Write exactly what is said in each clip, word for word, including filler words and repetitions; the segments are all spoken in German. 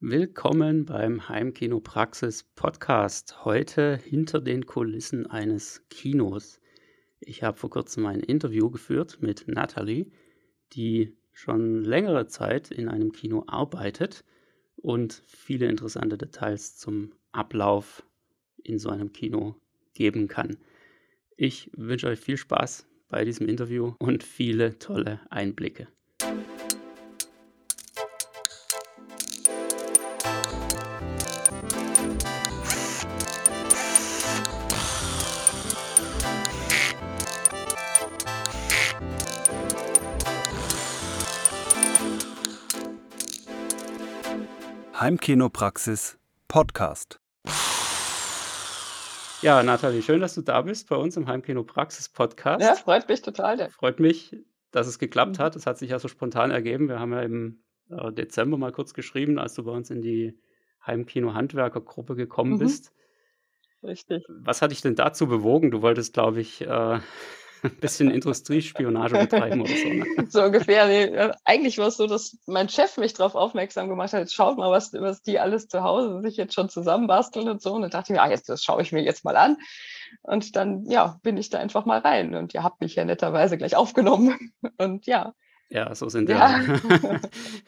Willkommen beim Heimkino-Praxis Podcast. Heute hinter den Kulissen eines Kinos. Ich habe vor kurzem ein Interview geführt mit Natalie, die schon längere Zeit in einem Kino arbeitet und viele interessante Details zum Ablauf in so einem Kino geben kann. Ich wünsche euch viel Spaß bei diesem Interview und viele tolle Einblicke. Heimkinopraxis Podcast. Ja, Nathalie, schön, dass du da bist bei uns im Heimkinopraxis Podcast. Ja, freut mich total. Ja. Freut mich, dass es geklappt Mhm. hat. Es hat sich ja so spontan ergeben. Wir haben ja im äh, Dezember mal kurz geschrieben, als du bei uns in die Heimkino-Handwerker-Gruppe gekommen Mhm. bist. Richtig. Was hat dich denn dazu bewogen? Du wolltest, glaube ich, äh, ein bisschen Industriespionage betreiben oder so. Ne? So ungefähr. Nee, äh, eigentlich war es so, dass mein Chef mich darauf aufmerksam gemacht hat, jetzt schaut mal, was, was die alles zu Hause sich jetzt schon zusammenbasteln und so. Und dann dachte ich mir, ah, jetzt, das schaue ich mir jetzt mal an. Und dann, ja, bin ich da einfach mal rein. Und ihr habt mich ja netterweise gleich aufgenommen. Und ja. Ja, so sind Ja. wir.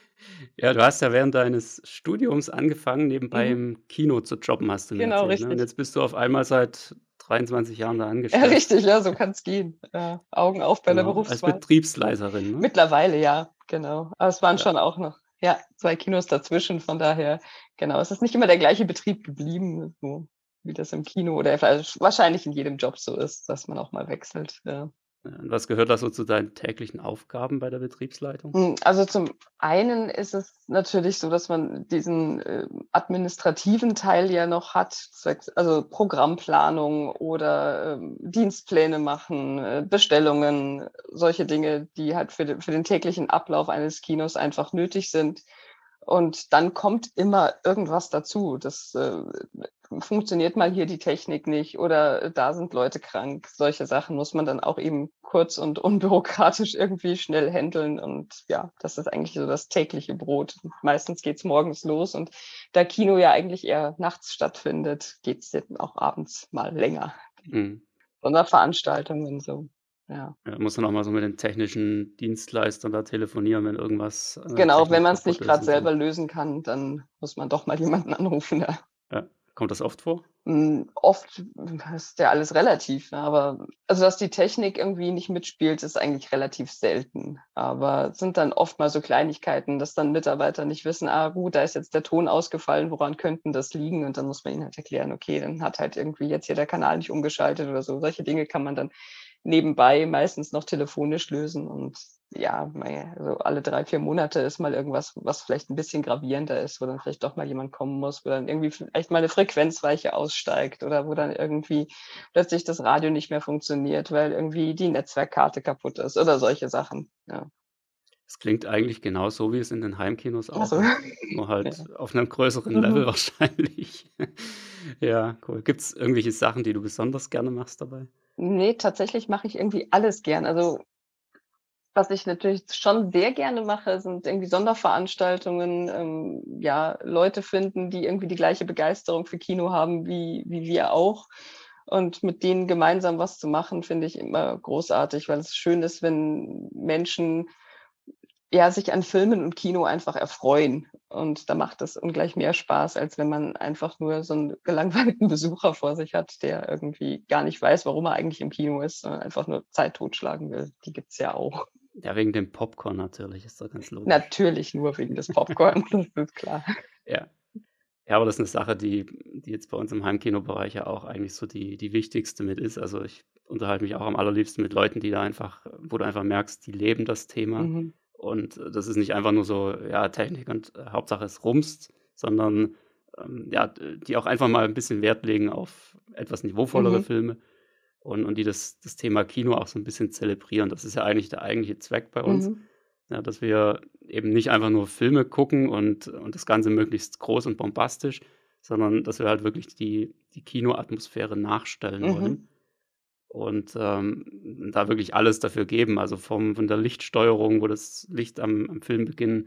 Ja, du hast ja während deines Studiums angefangen, nebenbei Mhm. im Kino zu jobben, hast du mir Genau, erzählt. Ne? Und richtig. jetzt bist du auf einmal seit dreiundzwanzig Jahren da Ja, angestellt. richtig, ja, so kann es gehen. Ja, Augen auf bei der Genau, als Berufswahl. Betriebsleiterin, ne? Mittlerweile, ja, genau. Aber es waren Ja. schon auch noch, ja, zwei Kinos dazwischen, von daher, genau, es ist nicht immer der gleiche Betrieb geblieben, so wie das im Kino oder also wahrscheinlich in jedem Job so ist, dass man auch mal wechselt, ja. Ja, und was gehört da so zu deinen täglichen Aufgaben bei der Betriebsleitung? Hm, also zum einen ist es natürlich so, dass man diesen, äh, administrativen Teil ja noch hat, zwecks also Programmplanung oder, ähm, Dienstpläne machen, äh, Bestellungen, solche Dinge, die halt für de für den täglichen Ablauf eines Kinos einfach nötig sind. Und dann kommt immer irgendwas dazu. Das, äh, funktioniert mal hier die Technik nicht oder da sind Leute krank. Solche Sachen muss man dann auch eben kurz und unbürokratisch irgendwie schnell handeln. Und ja, das ist eigentlich so das tägliche Brot. Meistens geht's morgens los und da Kino ja eigentlich eher nachts stattfindet, geht's dann auch abends mal länger. Mhm. Sonderveranstaltungen so, ja. Ja, muss dann auch mal so mit den technischen Dienstleistern da telefonieren, wenn irgendwas äh, Genau, wenn technisch man es kaputt nicht ist gerade und selber so. lösen kann, dann muss man doch mal jemanden anrufen, ja. Ja. Kommt das oft vor? Hm, oft ist ja alles relativ, ne, aber also, dass die Technik irgendwie nicht mitspielt, ist eigentlich relativ selten. Aber es sind dann oft mal so Kleinigkeiten, dass dann Mitarbeiter nicht wissen: „Ah gut, da ist jetzt der Ton ausgefallen, woran könnten das liegen?“ Und dann muss man ihnen halt erklären: „Okay, dann hat halt irgendwie jetzt hier der Kanal nicht umgeschaltet“ oder so. Solche Dinge kann man dann nebenbei meistens noch telefonisch lösen und ja, mei also alle drei vier Monate ist mal irgendwas, was vielleicht 'n bisschen gravierender ist, wo dann vielleicht doch mal jemand kommen muss, wo dann irgendwie vielleicht mal 'ne Frequenzweiche aussteigt oder wo dann irgendwie plötzlich das Radio nicht mehr funktioniert, weil irgendwie die Netzwerkkarte kaputt ist oder solche Sachen, ja. Es klingt eigentlich genauso, wie es in den Heimkinos Ach auch so. ist, nur Ja. halt auf 'nem größeren Level Mhm. wahrscheinlich. Ja, cool. Gibt's irgendwelche Sachen, die du besonders gerne machst dabei? Ne, tatsächlich mache ich irgendwie alles gern. Also, was ich natürlich schon sehr gerne mache, sind irgendwie Sonderveranstaltungen, ähm, ja, Leute finden, die irgendwie die gleiche Begeisterung für Kino haben wie wie wir auch. Und mit denen gemeinsam was zu machen, finde ich immer großartig, weil es schön ist, wenn Menschen, ja, sich an Filmen und Kino einfach erfreuen. Und da macht es ungleich mehr Spaß, als wenn man einfach nur so 'n gelangweilten Besucher vor sich hat, der irgendwie gar nicht weiß, warum er eigentlich im Kino ist, sondern einfach nur Zeit totschlagen will. Die gibt's ja auch. Ja, wegen dem Popcorn natürlich, ist doch ganz logisch. Natürlich nur wegen des Popcorn, das ist klar. Ja. Ja, aber das ist 'ne Sache, die die jetzt bei uns im Heimkinobereich ja auch eigentlich so die die wichtigste mit ist. Also, ich unterhalte mich auch am allerliebsten mit Leuten, die da einfach wo du einfach merkst, die leben das Thema. Mhm. Und äh, das ist nicht einfach nur so, ja, Technik und äh, Hauptsache es rumst, sondern, ähm, ja, d die auch einfach mal 'n bisschen Wert legen auf etwas niveauvollere Mhm. Filme und und die das das Thema Kino auch so 'n bisschen zelebrieren. Das ist ja eigentlich der eigentliche Zweck bei uns, Mhm. ja, dass wir eben nicht einfach nur Filme gucken und und das Ganze möglichst groß und bombastisch, sondern dass wir halt wirklich die die Kinoatmosphäre nachstellen Mhm. wollen und, ähm, da wirklich alles dafür geben. Also, vom von der Lichtsteuerung, wo das Licht am am Filmbeginn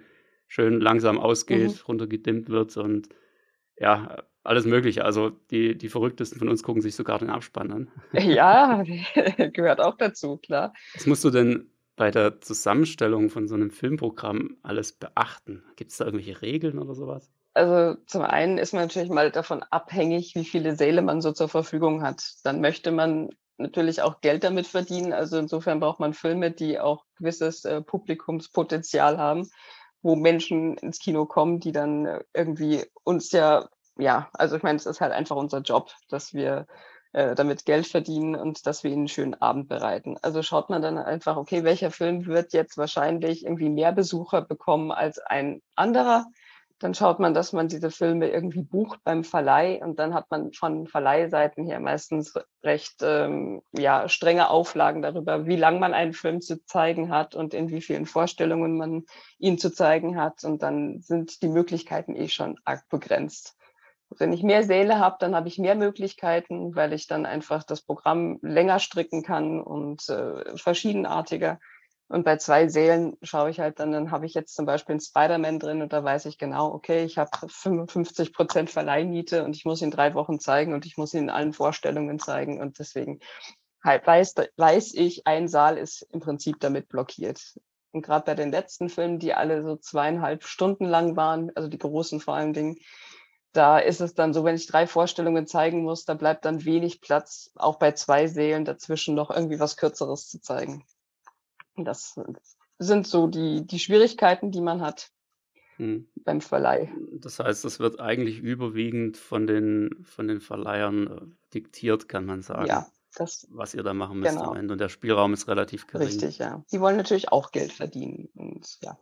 schön langsam Mhm. ausgeht, runtergedimmt wird und ja, alles Mögliche. Also, die die Verrücktesten von uns gucken sich sogar den Abspann an. Ja, gehört auch dazu, klar. Was musst du denn bei der Zusammenstellung von so 'nem Filmprogramm alles beachten? Gibt's da irgendwelche Regeln oder so was? Also, zum einen ist man natürlich mal davon abhängig, wie viele Säle man so zur Verfügung hat. Dann möchte man natürlich auch Geld damit verdienen. Also, insofern braucht man Filme, die auch gewisses, äh, Publikumspotenzial haben, wo Menschen ins Kino kommen, die dann, äh, irgendwie uns ja ja, also ich meine, es ist halt einfach unser Job, dass wir, äh, damit Geld verdienen und dass wir ihnen 'n schönen Abend bereiten. Also schaut man dann einfach, okay, welcher Film wird jetzt wahrscheinlich irgendwie mehr Besucher bekommen als ein anderer? Dann schaut man, dass man diese Filme irgendwie bucht beim Verleih und dann hat man von Verleihseiten her meistens recht, ähm, ja, strenge Auflagen darüber, wie lang man einen Film zu zeigen hat und in wie vielen Vorstellungen man ihn zu zeigen hat. Und dann sind die Möglichkeiten eh schon arg begrenzt. Wenn ich mehr Säle habe, dann habe ich mehr Möglichkeiten, weil ich dann einfach das Programm länger stricken kann und, äh, verschiedenartiger. Und bei zwei Sälen schaue ich halt dann dann habe ich jetzt zum Beispiel 'n Spider-Man drin und da weiß ich genau, okay, ich habe fünfundfünfzig Prozent Verleihmiete und ich muss ihn drei Wochen zeigen und ich muss ihn in allen Vorstellungen zeigen und deswegen halt weiß d weiß ich, ein Saal ist im Prinzip damit blockiert. Und grad bei den letzten Filmen, die alle so zweieinhalb Stunden lang waren, also die großen vor allen Dingen, da ist es dann so, wenn ich drei Vorstellungen zeigen muss, da bleibt dann wenig Platz, auch bei zwei Sälen dazwischen noch irgendwie was Kürzeres zu zeigen. Und das sind so die die Schwierigkeiten, die man hat Mhm. beim Verleih. Das heißt, das wird eigentlich überwiegend von den von den Verleihern, äh, diktiert, kann man sagen, Ja, das was ihr da machen müsst am genau. Ende und der Spielraum ist relativ gering. Richtig, ja. Die wollen natürlich auch Geld verdienen und ja.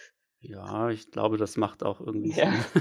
Ja, ich glaube, das macht auch irgendwie Ja. Sinn.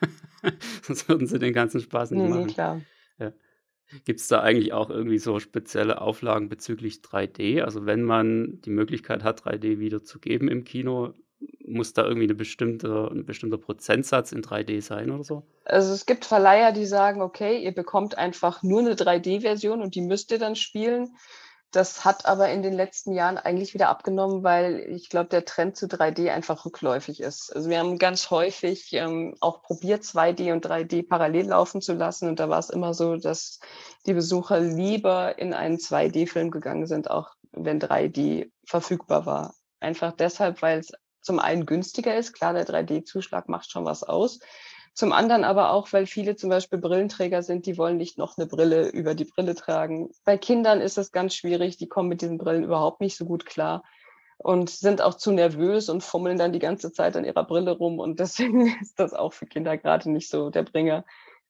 Sonst würden sie den ganzen Spaß nicht Ne, ne, machen. klar. Ja. Gibt's da eigentlich auch irgendwie so spezielle Auflagen bezüglich drei D? Also, wenn man die Möglichkeit hat, drei D wiederzugeben im Kino, muss da irgendwie 'ne bestimmte 'n bestimmter Prozentsatz in drei D sein oder so? Also, es gibt Verleiher, die sagen: „Okay, ihr bekommt einfach nur 'ne drei D-Version und die müsst ihr dann spielen.“ Das hat aber in den letzten Jahren eigentlich wieder abgenommen, weil ich glaube, der Trend zu drei D einfach rückläufig ist. Also, wir haben ganz häufig, ähm, auch probiert, zwei D und drei D parallel laufen zu lassen und da war's immer so, dass die Besucher lieber in einen zwei D-Film gegangen sind, auch wenn drei D verfügbar war. Einfach deshalb, weil's zum einen günstiger ist. Klar, der drei D-Zuschlag macht schon was aus. Zum anderen aber auch, weil viele zum Beispiel Brillenträger sind, die wollen nicht noch 'ne Brille über die Brille tragen. Bei Kindern ist es ganz schwierig, die kommen mit diesen Brillen überhaupt nicht so gut klar und sind auch zu nervös und fummeln dann die ganze Zeit an ihrer Brille rum und deswegen ist das auch für Kinder grade nicht so der Bringer.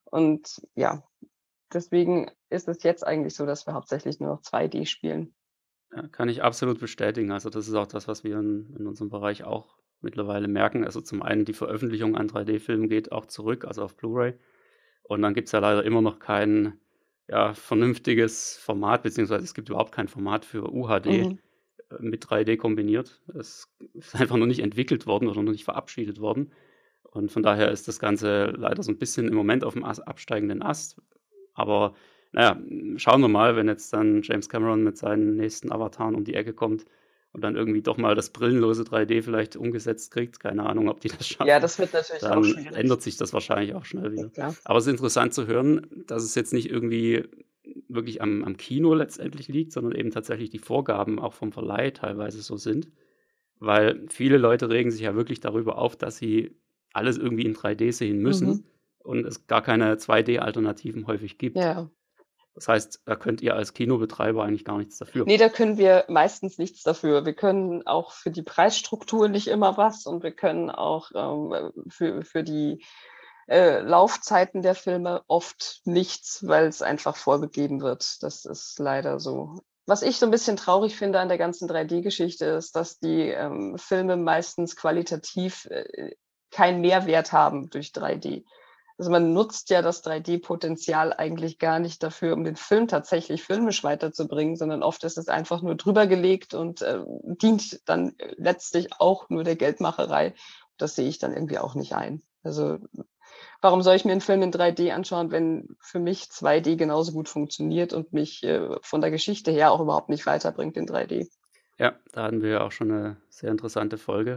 Und ja, deswegen ist es jetzt eigentlich so, dass wir hauptsächlich nur noch zwei D spielen. Ja, kann ich absolut bestätigen. Also, das ist auch das, was wir in in unserem Bereich auch mittlerweile merken. Also, zum einen die Veröffentlichung an drei D-Filmen geht auch zurück, also auf Blu-ray. Und dann gibt's ja leider immer noch kein, ja, vernünftiges Format, beziehungsweise es gibt überhaupt kein Format für UHD, Mhm. äh, mit drei D kombiniert. Es ist einfach noch nicht entwickelt worden oder noch nicht verabschiedet worden. Und von daher ist das Ganze leider so 'n bisschen im Moment auf'm As absteigenden Ast. Aber na ja, hm, schauen wir mal, wenn jetzt dann James Cameron mit seinen nächsten Avataren um die Ecke kommt und dann irgendwie doch mal das brillenlose drei D vielleicht umgesetzt kriegt. Keine Ahnung, ob die das Ja, schaffen. das wird natürlich auch Dann schwierig. ändert sich das wahrscheinlich auch schnell Ja, wieder. klar. Aber es ist interessant zu hören, dass es jetzt nicht irgendwie wirklich am am Kino letztendlich liegt, sondern eben tatsächlich die Vorgaben auch vom Verleih teilweise so sind. Weil viele Leute regen sich ja wirklich darüber auf, dass sie alles irgendwie in drei D sehen Mhm. müssen und es gar keine zwei D-Alternativen häufig gibt. Ja. Das heißt, da könnt ihr als Kinobetreiber eigentlich gar nichts dafür. Ne, da können wir meistens nichts dafür. Wir können auch für die Preisstruktur nicht immer was und wir können auch, ähm, für für die, äh, Laufzeiten der Filme oft nichts, weil's einfach vorgegeben wird. Das ist leider so. Was ich so 'n bisschen traurig finde an der ganzen drei D-Geschichte ist, dass die, ähm, Filme meistens qualitativ, äh, keinen Mehrwert haben durch drei D. Also, man nutzt ja das drei D-Potenzial eigentlich gar nicht dafür, um den Film tatsächlich filmisch weiterzubringen, sondern oft ist es einfach nur drüber gelegt und, äh, dient dann letztlich auch nur der Geldmacherei. Das sehe ich dann irgendwie auch nicht ein. Also, warum soll ich mir 'n Film in drei D anschauen, wenn für mich zwei D genauso gut funktioniert und mich, äh, von der Geschichte her auch überhaupt nicht weiterbringt in drei D? Ja, da hatten wir ja auch schon 'ne sehr interessante Folge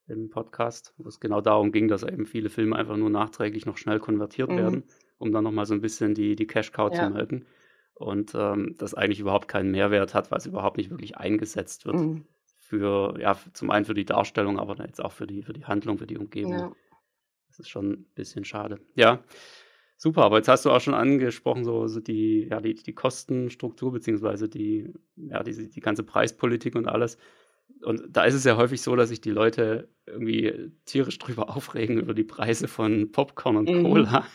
im Podcast, wo es genau darum ging, dass eben viele Filme einfach nur nachträglich noch schnell konvertiert Mhm. werden, um dann noch mal so ein bisschen die die Cash-Cow zu Ja. melken und, ähm, das eigentlich überhaupt keinen Mehrwert hat, weil es überhaupt nicht wirklich eingesetzt wird Mhm. für ja, f zum einen für die Darstellung, aber dann jetzt auch für die für die Handlung, für die Umgebung. Ja. Das ist schon ein bisschen schade. Ja, super, aber jetzt hast du auch schon angesprochen, so so die ja, die die Kostenstruktur beziehungsweise die ja, diese die ganze Preispolitik und alles. Und da ist es ja häufig so, dass sich die Leute irgendwie tierisch drüber aufregen über die Preise von Popcorn und Mhm. Cola.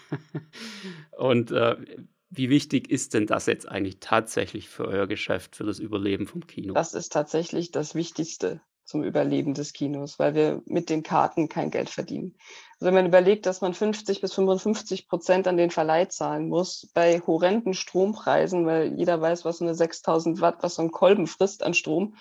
Und, äh, wie wichtig ist denn das jetzt eigentlich tatsächlich für euer Geschäft, für das Überleben vom Kino? Das ist tatsächlich das Wichtigste zum Überleben des Kinos, weil wir mit den Karten kein Geld verdienen. Also, wenn man überlegt, dass man fünfzig bis fünfundfünfzig an den Verleih zahlen muss bei horrenden Strompreisen, weil jeder weiß, was so 'ne sechstausend Watt was so 'n Kolben frisst an Strom,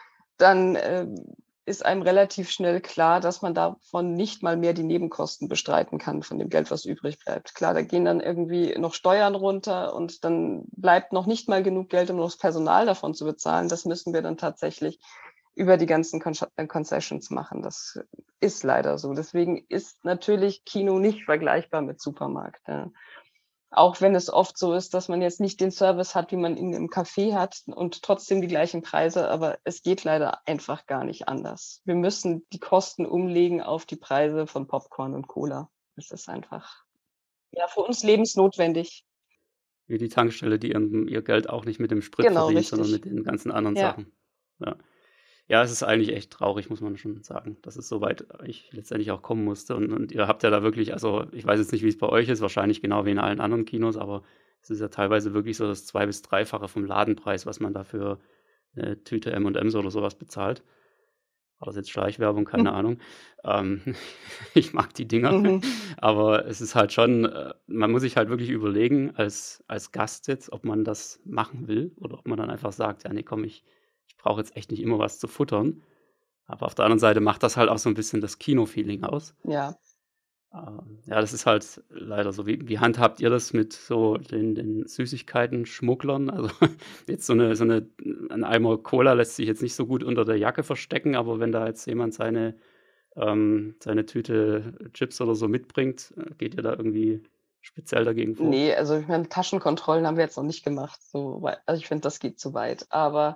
dann, ähm, ist einem relativ schnell klar, dass man davon nicht mal mehr die Nebenkosten bestreiten kann von dem Geld, was übrig bleibt. Klar, da gehen dann irgendwie noch Steuern runter und dann bleibt noch nicht mal genug Geld, um noch das Personal davon zu bezahlen. Das müssen wir dann tatsächlich über die ganzen Conch äh, Concessions machen. Das ist leider so. Deswegen ist natürlich Kino nicht vergleichbar mit Supermarkt, ja. Auch wenn es oft so ist, dass man jetzt nicht den Service hat, wie man ihn im Café hat und trotzdem die gleichen Preise, aber es geht leider einfach gar nicht anders. Wir müssen die Kosten umlegen auf die Preise von Popcorn und Cola. Das ist einfach, ja, für uns lebensnotwendig. Wie die Tankstelle, die ihren ihr Geld auch nicht mit dem Sprit Genau, verdient, sondern richtig. mit den ganzen anderen Ja. Sachen. Ja. Ja, es ist eigentlich echt traurig, muss man schon sagen, dass es so weit ich letztendlich auch kommen musste und und ihr habt ja da wirklich also, ich weiß jetzt nicht, wie es bei euch ist, wahrscheinlich genau wie in allen anderen Kinos, aber es ist ja teilweise wirklich so das zwei bis dreifache vom Ladenpreis, was man da für 'ne Tüte M und M's oder so was bezahlt. War das jetzt Schleichwerbung? Keine Ahnung. Ähm, ich mag die Dinger, Mhm. aber es ist halt schon äh, man muss sich halt wirklich überlegen als als Gast jetzt, ob man das machen will oder ob man dann einfach sagt: „Ja, ne, komm, ich ich brauche jetzt echt nicht immer was zu futtern.“ Aber auf der anderen Seite macht das halt auch so 'n bisschen das Kino-Feeling aus. Ja. Ähm, ja, das ist halt leider so. Wie wie handhabt ihr das mit so den den Süßigkeiten-Schmugglern? Also, jetzt so 'ne so 'ne 'n Eimer Cola lässt sich jetzt nicht so gut unter der Jacke verstecken, aber wenn da jetzt jemand seine ähm, seine Tüte Chips oder so mitbringt, äh, geht ihr da irgendwie speziell dagegen vor? Ne, also ich meine, Taschenkontrollen haben wir jetzt noch nicht gemacht, so wei also ich finde, das geht zu weit. Aber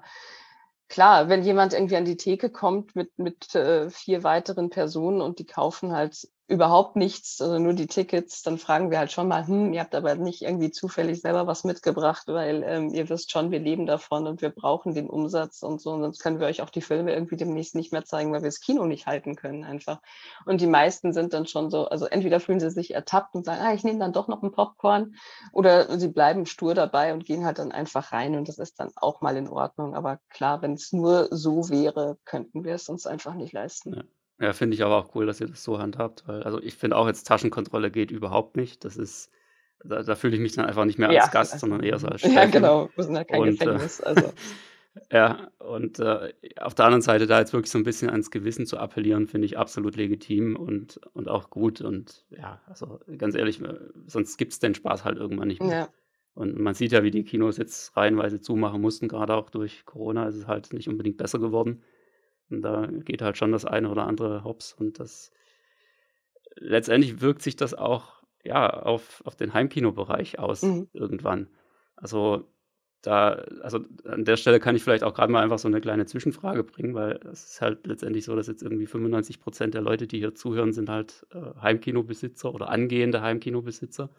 klar, wenn jemand irgendwie an die Theke kommt mit mit, äh, vier weiteren Personen und die kaufen halt überhaupt nichts, also nur die Tickets, dann fragen wir halt schon mal: „Hm, ihr habt aber nicht irgendwie zufällig selber was mitgebracht, weil, ähm, ihr wisst schon, wir leben davon und wir brauchen den Umsatz und so, sonst können wir euch auch die Filme irgendwie demnächst nicht mehr zeigen, weil wir das Kino nicht halten können einfach.“ Und die meisten sind dann schon so, also entweder fühlen sie sich ertappt und sagen: „Ah, ich nehme dann doch noch 'n Popcorn“, oder sie bleiben stur dabei und gehen halt dann einfach rein und das ist dann auch mal in Ordnung. Aber klar, wenn's nur so wäre, könnten wir es uns einfach nicht leisten. Ja. Ja, finde ich aber auch cool, dass ihr das so handhabt, weil also, ich finde auch jetzt Taschenkontrolle geht überhaupt nicht. Das ist da da fühle ich mich dann einfach nicht mehr als Ja, Gast, also sondern eher so als ja Sträfling. genau, wir sind ja kein Und, äh, Gefängnis, also ja, und, äh, auf der anderen Seite da jetzt wirklich so 'n bisschen ans Gewissen zu appellieren, finde ich absolut legitim und und auch gut und ja, also, ganz ehrlich, äh, sonst gibt's den Spaß halt irgendwann nicht mehr. ja, Und man sieht ja, wie die Kinos jetzt reihenweise zumachen mussten, grade auch durch Corona ist es halt nicht unbedingt besser geworden. Und da geht halt schon das eine oder andere hops und das letztendlich wirkt sich das auch, ja, auf auf den Heimkinobereich aus mhm, irgendwann. Also, da also, an der Stelle kann ich vielleicht auch grad mal einfach so 'ne kleine Zwischenfrage bringen, weil es ist halt letztendlich so, dass jetzt irgendwie fünfundneunzig der Leute, die hier zuhören, sind halt, äh, Heimkinobesitzer oder angehende Heimkinobesitzer.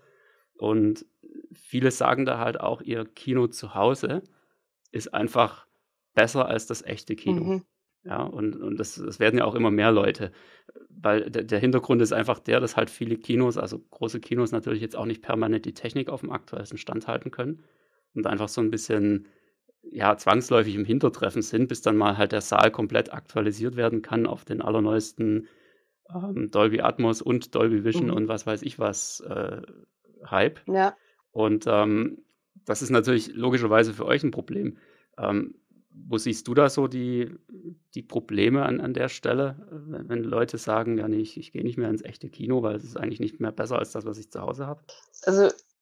Und viele sagen da halt auch, ihr Kino zu Hause ist einfach besser als das echte Kino. mhm, Ja, und und das das werden ja auch immer mehr Leute, weil der der Hintergrund ist einfach der, dass halt viele Kinos, also große Kinos natürlich jetzt auch nicht permanent die Technik aufm aktuellsten Stand halten können und einfach so 'n bisschen, ja, zwangsläufig im Hintertreffen sind, bis dann mal halt der Saal komplett aktualisiert werden kann auf den allerneuesten, ähm, Dolby Atmos und Dolby Vision mhm. und was weiß ich was, äh, Hype. Ja, Und, ähm, das ist natürlich logischerweise für euch 'n Problem. Ähm, wo siehst du da so die die Probleme an an der Stelle, äh, wenn wenn Leute sagen: „Ja, ne, ich ich gehe nicht mehr ins echte Kino, weil es ist eigentlich nicht mehr besser als das, was ich zu Hause habe?“ also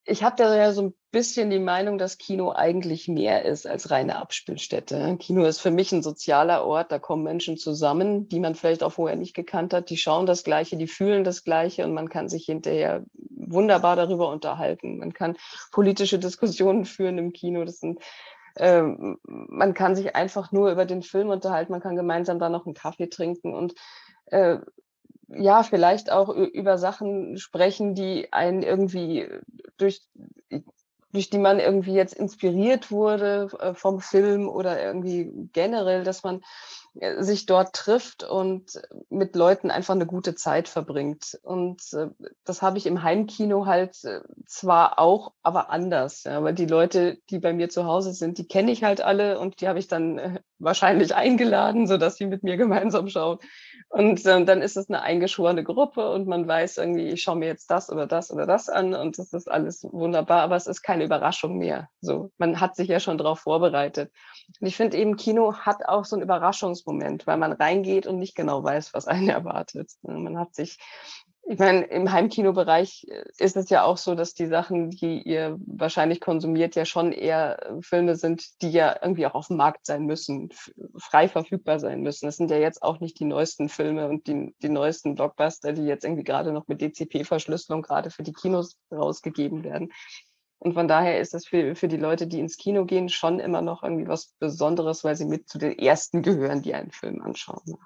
Ich habe da ja so ein bisschen die Meinung, dass Kino eigentlich mehr ist als reine Abspielstätte. Kino ist für mich ein sozialer Ort, da kommen Menschen zusammen, die man vielleicht auch vorher nicht gekannt hat. Die schauen das Gleiche, die fühlen das Gleiche und man kann sich hinterher wunderbar darüber unterhalten. Man kann politische Diskussionen führen im Kino. Das sind ähm, man kann sich einfach nur über den Film unterhalten, man kann gemeinsam da noch einen Kaffee trinken und, äh, ja, vielleicht auch ü über Sachen sprechen, die einen irgendwie durch durch die man irgendwie jetzt inspiriert wurde, äh, vom Film oder irgendwie generell, dass man, äh, sich dort trifft und mit Leuten einfach eine gute Zeit verbringt. Und, äh, das habe ich im Heimkino halt, äh, zwar auch, aber anders, ja, weil die Leute, die bei mir zu Hause sind, die kenne ich halt alle und die habe ich dann, äh, wahrscheinlich eingeladen, sodass sie mit mir gemeinsam schauen. Und, ähm, dann ist es eine eingeschworene Gruppe und man weiß irgendwie, ich schaue mir jetzt das oder das oder das an und das ist alles wunderbar, aber es ist keine Überraschung mehr. So, man hat sich ja schon darauf vorbereitet. Und ich finde eben, Kino hat auch so 'n Überraschungsmoment, weil man reingeht und nicht genau weiß, was einen erwartet, ne? Man hat sich ich meine, im Heimkinobereich, äh, ist es ja auch so, dass die Sachen, die ihr wahrscheinlich konsumiert, ja schon eher, äh, Filme sind, die ja irgendwie auch aufm Markt sein müssen, f frei verfügbar sein müssen. Das sind ja jetzt auch nicht die neuesten Filme und die die neuesten Blockbuster, die jetzt irgendwie grade noch mit D C P-Verschlüsselung grade für die Kinos rausgegeben werden. Und von daher ist es für für die Leute, die ins Kino gehen, schon immer noch irgendwie was Besonderes, weil sie mit zu den Ersten gehören, die einen Film anschauen, ne?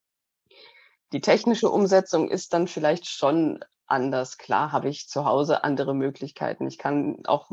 Die technische Umsetzung ist dann vielleicht schon anders. Klar habe ich zu Hause andere Möglichkeiten. Ich kann auch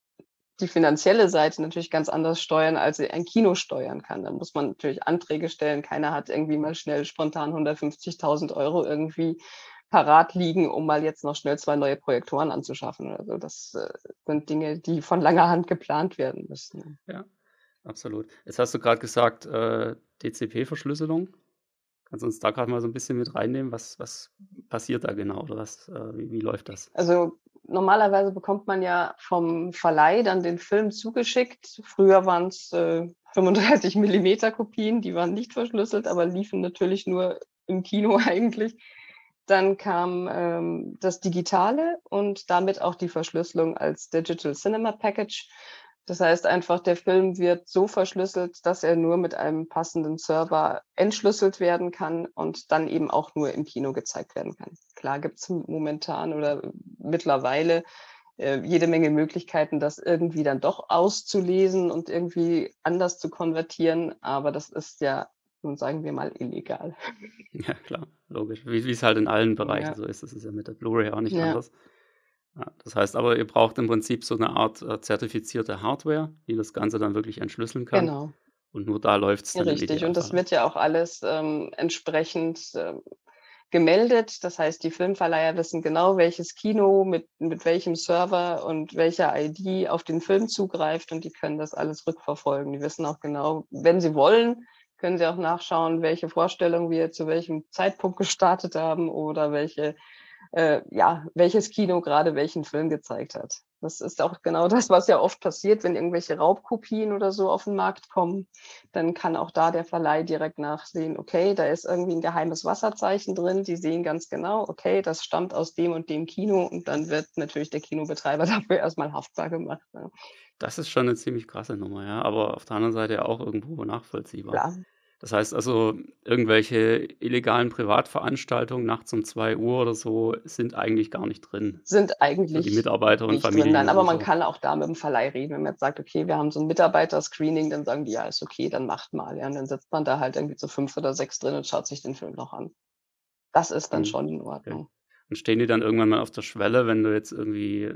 die finanzielle Seite natürlich ganz anders steuern, als sie ein Kino steuern kann. Da muss man natürlich Anträge stellen. Keiner hat irgendwie mal schnell spontan hundertfünfzigtausend Euro irgendwie parat liegen, um mal jetzt noch schnell zwei neue Projektoren anzuschaffen oder so. Das, äh, sind Dinge, die von langer Hand geplant werden müssen. Ja, absolut. Jetzt hast du gerade gesagt, äh, D C P-Verschlüsselung. Kannst du uns da gerade mal so ein bisschen mit reinnehmen? Was was passiert da genau oder was äh, wie wie läuft das? Also, normalerweise bekommt man ja vom Verleih dann den Film zugeschickt. Früher waren's, äh, fünfunddreißig Millimeter Kopien, die waren nicht verschlüsselt, aber liefen natürlich nur im Kino eigentlich. Dann kam, ähm, das Digitale und damit auch die Verschlüsselung als Digital Cinema Package. Das heißt einfach, der Film wird so verschlüsselt, dass er nur mit einem passenden Server entschlüsselt werden kann und dann eben auch nur im Kino gezeigt werden kann. Klar gibt's momentan oder mittlerweile, äh, jede Menge Möglichkeiten, das irgendwie dann doch auszulesen und irgendwie anders zu konvertieren, aber das ist ja, nun sagen wir mal, illegal. Ja klar, logisch. Wie wie es halt in allen Bereichen Ja, so ist. Das ist ja mit der Blu-ray auch nicht ja, anders. Ja, das heißt aber, ihr braucht im Prinzip so 'ne Art, äh, zertifizierte Hardware, die das Ganze dann wirklich entschlüsseln kann genau. und nur da läuft's Ja, dann im richtig. Und das Idealfall. wird ja auch alles, ähm, entsprechend, ähm, gemeldet. Das heißt, die Filmverleiher wissen genau, welches Kino mit mit welchem Server und welcher I D auf den Film zugreift und die können das alles rückverfolgen. Die wissen auch genau, wenn sie wollen, können sie auch nachschauen, welche Vorstellung wir zu welchem Zeitpunkt gestartet haben oder welche äh, ja, welches Kino gerade welchen Film gezeigt hat. Das ist auch genau das, was ja oft passiert, wenn irgendwelche Raubkopien oder so auf den Markt kommen. Dann kann auch da der Verleih direkt nachsehen, okay, da ist irgendwie ein geheimes Wasserzeichen drin. Die sehen ganz genau, okay, das stammt aus dem und dem Kino und dann wird natürlich der Kinobetreiber dafür erstmal haftbar gemacht, ne? Das ist schon 'ne ziemlich krasse Nummer, ja, aber auf der anderen Seite ja auch irgendwo nachvollziehbar. Klar, Das heißt also, irgendwelche illegalen Privatveranstaltungen nachts um zwei Uhr oder so sind eigentlich gar nicht drin sind für die eigentlich Mitarbeiter und nicht drin. Nein, Familien aber und man so. kann auch da mit dem Verleih reden. Wenn man jetzt sagt: „Okay, wir haben so 'n Mitarbeiterscreening“, dann sagen die: „Ja, ist okay, dann macht mal“, ja? Und dann sitzt man da halt irgendwie zu fünf oder sechs drin und schaut sich den Film noch an. Das ist dann Mhm, schon in okay. Ordnung. Und stehen die dann irgendwann mal auf der Schwelle, wenn du jetzt irgendwie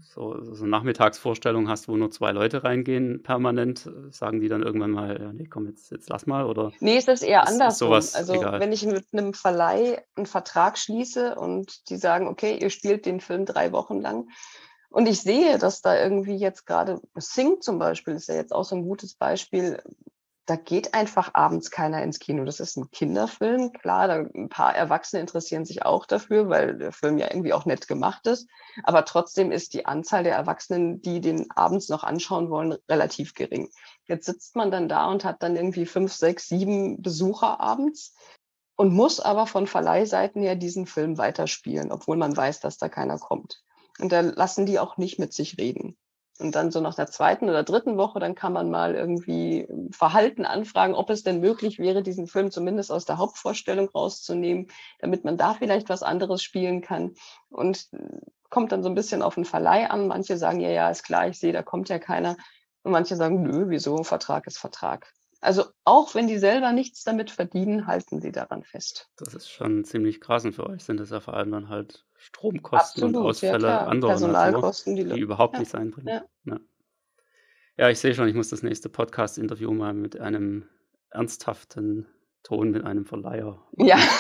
so so Nachmittagsvorstellungen hast, wo nur zwei Leute reingehen permanent? Äh, sagen die dann irgendwann mal: „Ja, ne, komm, jetzt jetzt lass mal“, oder Ne, es ist eher ist ist so andersrum. was Also, egal? wenn ich mit 'nem Verleih 'n Vertrag schließe und die sagen: „Okay, ihr spielt den Film drei Wochen lang“ und ich sehe, dass da irgendwie jetzt grade Sing zum Beispiel ist ja jetzt auch so 'n gutes Beispiel. Da geht einfach abends keiner ins Kino. Das ist 'n Kinderfilm. Klar, da 'n paar Erwachsene interessieren sich auch dafür, weil der Film ja irgendwie auch nett gemacht ist. Aber trotzdem ist die Anzahl der Erwachsenen, die den abends noch anschauen wollen, relativ gering. Jetzt sitzt man dann da und hat dann irgendwie fünf, sechs, sieben Besucher abends und muss aber von Verleihseiten her diesen Film weiterspielen, obwohl man weiß, dass da keiner kommt. Und da lassen die auch nicht mit sich reden. Und dann so nach der zweiten oder dritten Woche, dann kann man mal irgendwie Verhalten anfragen, ob es denn möglich wäre, diesen Film zumindest aus der Hauptvorstellung rauszunehmen, damit man da vielleicht was anderes spielen kann. Und kommt dann so ein bisschen auf den Verleih an. Manche sagen: „Ja, ja, ist klar, ich sehe, da kommt ja keiner.“ Und manche sagen: „Nö, wieso? Vertrag ist Vertrag.“ Also, auch wenn die selber nichts damit verdienen, halten sie daran fest. Das ist schon ziemlich krass und für euch sind das ja vor allem dann halt Stromkosten und Absolut, ja Ausfälle klar. anderer Natur, Personalkosten, die die Lö überhaupt ja, nichts einbringen. ja. Ja. Ja, ich sehe schon, ich muss das nächste Podcast-Interview mal mit einem ernsthaften Ton mit einem Verleiher Ja. machen.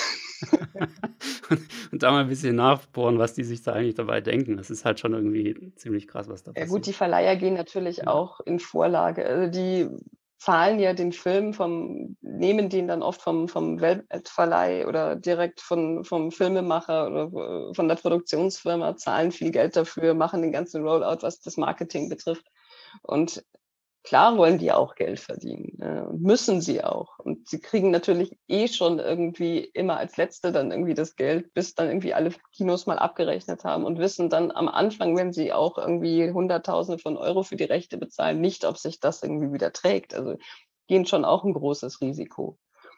Und und da mal 'n bisschen nachbohren, was die sich da eigentlich dabei denken. Das ist halt schon irgendwie ziemlich krass, was da Ja gut, passiert. die Verleiher gehen natürlich Ja. auch in Vorlage. Also, die zahlen ja den Film vom nehmen den dann oft vom vom Weltverleih oder direkt von vom Filmemacher oder, äh, von der Produktionsfirma, zahlen viel Geld dafür, machen den ganzen Rollout, was das Marketing betrifft. Und klar wollen die auch Geld verdienen, äh, und müssen sie auch. Und sie kriegen natürlich eh schon irgendwie immer als Letzte dann irgendwie das Geld, bis dann irgendwie alle Kinos mal abgerechnet haben und wissen dann am Anfang, wenn sie auch irgendwie Hunderttausende von Euro für die Rechte bezahlen, nicht, ob sich das irgendwie wieder trägt. Also, gehen schon auch 'n großes Risiko.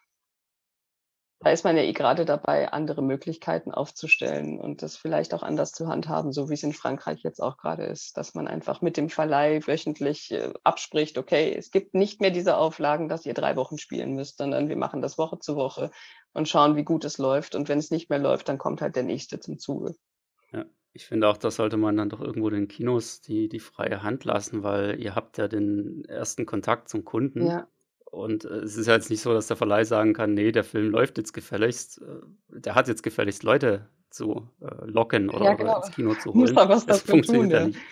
Da ist man ja eh grade dabei, andere Möglichkeiten aufzustellen und das vielleicht auch anders zu handhaben, so wie's in Frankreich jetzt auch grade ist, dass man einfach mit dem Verleih wöchentlich, äh, abspricht: „Okay, es gibt nicht mehr diese Auflagen, dass ihr drei Wochen spielen müsst, sondern wir machen das Woche zu Woche und schauen, wie gut es läuft. Und wenn's nicht mehr läuft, dann kommt halt der Nächste zum Zuge.“ Ja, ich finde auch, da sollte man dann doch irgendwo den Kinos die die freie Hand lassen, weil ihr habt ja den ersten Kontakt zum Kunden. Ja. Und, äh, es ist ja jetzt nicht so, dass der Verleih sagen kann: „Ne, der Film läuft jetzt gefälligst. Äh, der hat jetzt gefälligst Leute zu, äh, locken oder Ja, oder genau. ins Kino zu Muss holen.“ da was Das dafür tun, funktioniert ja ja. nicht.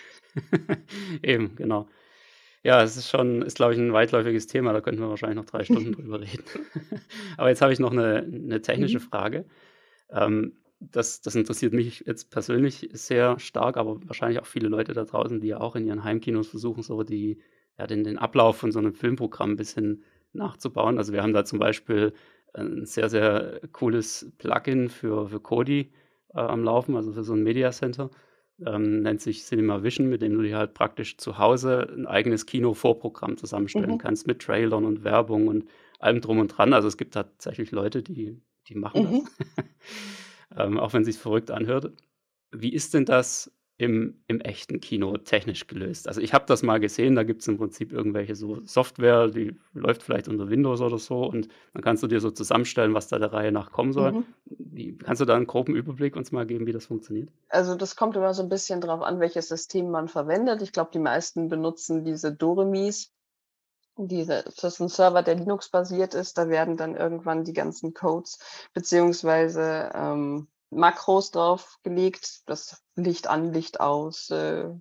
Eben, genau. Ja, es ist schon ist, glaube ich, 'n weitläufiges Thema, da könnten wir wahrscheinlich noch drei Stunden drüber reden. Aber jetzt habe ich noch 'ne 'ne technische Mhm. Frage. Ähm, das das interessiert mich jetzt persönlich sehr stark, aber wahrscheinlich auch viele Leute da draußen, die ja auch in ihren Heimkinos versuchen, so die ja, den den Ablauf von so 'nem Filmprogramm 'n bisschen nachzubauen. Also, wir haben da zum Beispiel 'n sehr, sehr cooles Plugin für für Kodi, äh, am Laufen, also für so 'n Media Center. Ähm, nennt sich Cinema Vision, mit dem du dir halt praktisch zu Hause 'n eigenes Kino-Vorprogramm zusammenstellen Mhm. kannst mit Trailern und Werbung und allem drum und dran. Also, es gibt tatsächlich Leute, die die machen das, Mhm. ähm, auch wenn sich's verrückt anhört. Wie ist denn das im im echten Kino technisch gelöst? Also, ich habe das mal gesehen, da gibt's im Prinzip irgendwelche so Software, die läuft vielleicht unter Windows oder so und dann kannst du dir so zusammenstellen, was da der Reihe nach kommen soll. Mhm. Wie kannst du da 'n groben Überblick uns mal geben, wie das funktioniert? Also, das kommt immer so 'n bisschen drauf an, welches System man verwendet. Ich glaube, die meisten benutzen diese Doremies. Diese das ist 'n Server, der Linux-basiert ist. Da werden dann irgendwann die ganzen Codes beziehungsweise, ähm, Makros draufgelegt, das Licht an, Licht aus, äh,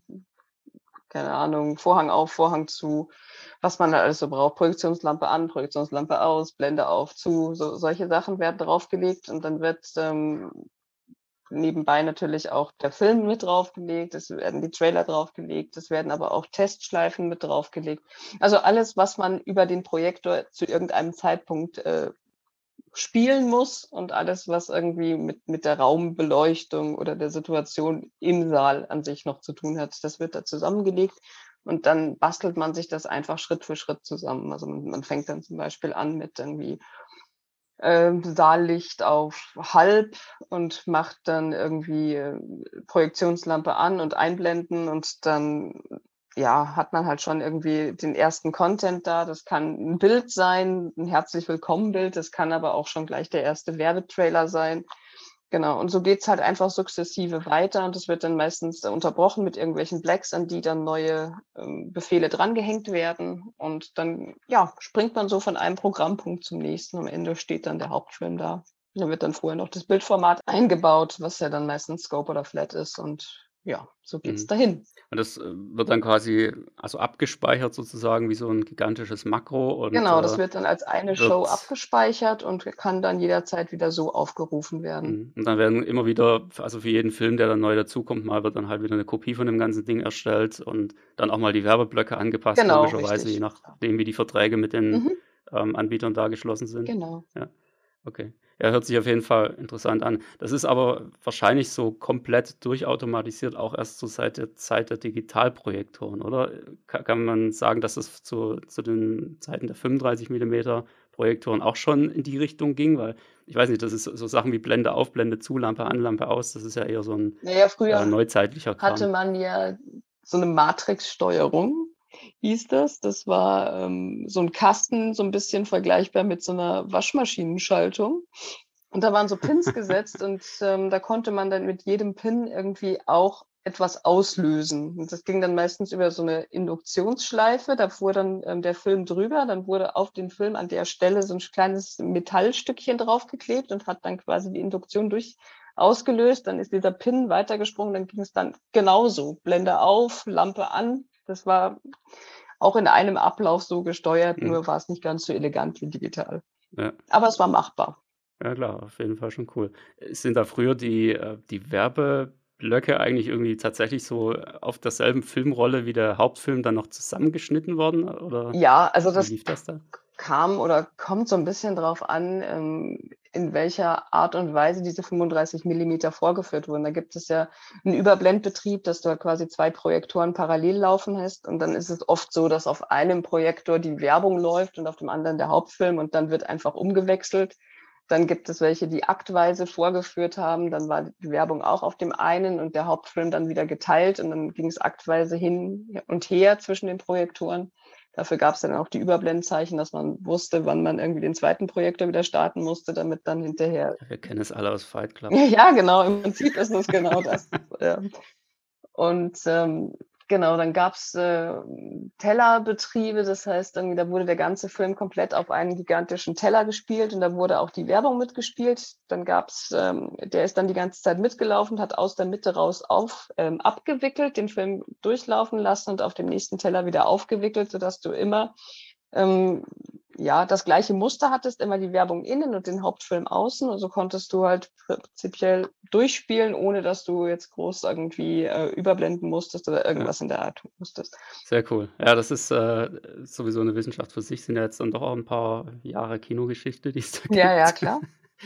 keine Ahnung, Vorhang auf, Vorhang zu, was man da alles so braucht. Projektionslampe an, Projektionslampe aus, Blende auf, zu, so solche Sachen werden draufgelegt und dann wird, ähm, nebenbei natürlich auch der Film mit draufgelegt. Es werden die Trailer draufgelegt, es werden aber auch Testschleifen mit draufgelegt. Also, alles, was man über den Projektor zu irgendeinem Zeitpunkt, äh, spielen muss und alles, was irgendwie mit mit der Raumbeleuchtung oder der Situation im Saal an sich noch zu tun hat, das wird da zusammengelegt und dann bastelt man sich das einfach Schritt für Schritt zusammen. Also, man man fängt dann zum Beispiel an mit irgendwie, ähm, Saallicht auf halb und macht dann irgendwie, äh, Projektionslampe an und einblenden und dann, ja, hat man halt schon irgendwie den ersten Content da. Das kann 'n Bild sein, 'n Herzlich-Willkommen-Bild, das kann aber auch schon gleich der erste Werbetrailer sein. Genau, und so geht's halt einfach sukzessive weiter und das wird dann meistens unterbrochen mit irgendwelchen Blacks, an die dann neue, ähm, Befehle drangehängt werden. Und dann, ja, springt man so von einem Programmpunkt zum nächsten. Am Ende steht dann der Hauptfilm da. Da wird dann vorher noch das Bildformat eingebaut, was ja dann meistens Scope oder Flat ist und ja, so geht's Mhm. dahin. Und das, äh, wird dann quasi, also, abgespeichert sozusagen wie so 'n gigantisches Makro und, Genau, das äh, wird dann als eine Show wird abgespeichert und kann dann jederzeit wieder so aufgerufen werden. Mhm. Und dann werden immer wieder f also, für jeden Film, der dann neu dazukommt, mal wird dann halt wieder 'ne Kopie von dem ganzen Ding erstellt und dann auch mal die Werbeblöcke angepasst, Genau, logischerweise, je richtig. nachdem, wie die Verträge mit den, Mhm. ähm, Anbietern da geschlossen sind. Genau. Ja. Okay. Ja, hört sich auf jeden Fall interessant an. Das ist aber wahrscheinlich so komplett durchautomatisiert auch erst so seit der Zeit der Digitalprojektoren, oder? Ka kann man sagen, dass es zu zu den Zeiten der fünfunddreißig Millimeter Projektoren auch schon in die Richtung ging? Weil ich weiß nicht, das ist so so Sachen wie Blende auf, Blende zu, Lampe an, Lampe aus, das ist ja eher so 'n, Na ja, äh, früher neuzeitlicher hatte Kram. man ja so 'ne Matrixsteuerung, hieß das. Das war, ähm, so 'n Kasten, so 'n bisschen vergleichbar mit so 'ner Waschmaschinenschaltung. Und da waren so Pins gesetzt und, ähm, da konnte man dann mit jedem Pin irgendwie auch etwas auslösen. Und das ging dann meistens über so 'ne Induktionsschleife. Da fuhr dann, ähm, der Film drüber, dann wurde auf den Film an der Stelle so 'n sch kleines Metallstückchen draufgeklebt und hat dann quasi die Induktion durch ausgelöst. Dann ist dieser Pin weitergesprungen, dann ging's dann genauso. Blende auf, Lampe an. Das war auch in einem Ablauf so gesteuert, Mhm. nur war's nicht ganz so elegant wie digital. Ja. Aber es war machbar. Ja klar, auf jeden Fall schon cool. Äh, sind da früher die äh, die Werbeblöcke eigentlich irgendwie tatsächlich so auf derselben Filmrolle wie der Hauptfilm dann noch zusammengeschnitten worden oder Ja, also wie das lief das da? k kam oder kommt so 'n bisschen drauf an, ähm, in welcher Art und Weise diese fünfunddreißig Millimeter vorgeführt wurden. Da gibt es ja 'n Überblendbetrieb, dass du halt quasi zwei Projektoren parallel laufen hast und dann ist es oft so, dass auf einem Projektor die Werbung läuft und auf dem anderen der Hauptfilm und dann wird einfach umgewechselt. Dann gibt es welche, die aktweise vorgeführt haben, dann war die Werbung auch auf dem einen und der Hauptfilm dann wieder geteilt und dann ging's aktweise hin und her zwischen den Projektoren. Dafür gab's dann auch die Überblendezeichen, dass man wusste, wann man irgendwie den zweiten Projektor wieder starten musste, damit dann hinterher Ja, wir kennen es alle aus Fight Club. Ja, genau, im Prinzip ist es genau das, ja. Und, ähm, genau, dann gab's, äh, Tellerbetriebe, das heißt irgendwie, da wurde der ganze Film komplett auf einen gigantischen Teller gespielt und da wurde auch die Werbung mitgespielt. Dann gab's ähm, der ist dann die ganze Zeit mitgelaufen, hat aus der Mitte raus auf ähm, abgewickelt, den Film durchlaufen lassen und auf dem nächsten Teller wieder aufgewickelt, sodass du immer, ähm, ja, das gleiche Muster hattest, immer die Werbung innen und den Hauptfilm außen und so konntest du halt prinzipiell durchspielen, ohne dass du jetzt groß irgendwie, äh, überblenden musstest oder Ja. irgendwas in der Art tun musstest. Sehr cool. Ja, das ist, äh, sowieso 'ne Wissenschaft für sich, sind ja jetzt dann doch auch 'n paar Jahre Kinogeschichte, die es da Ja, ja, gibt. klar.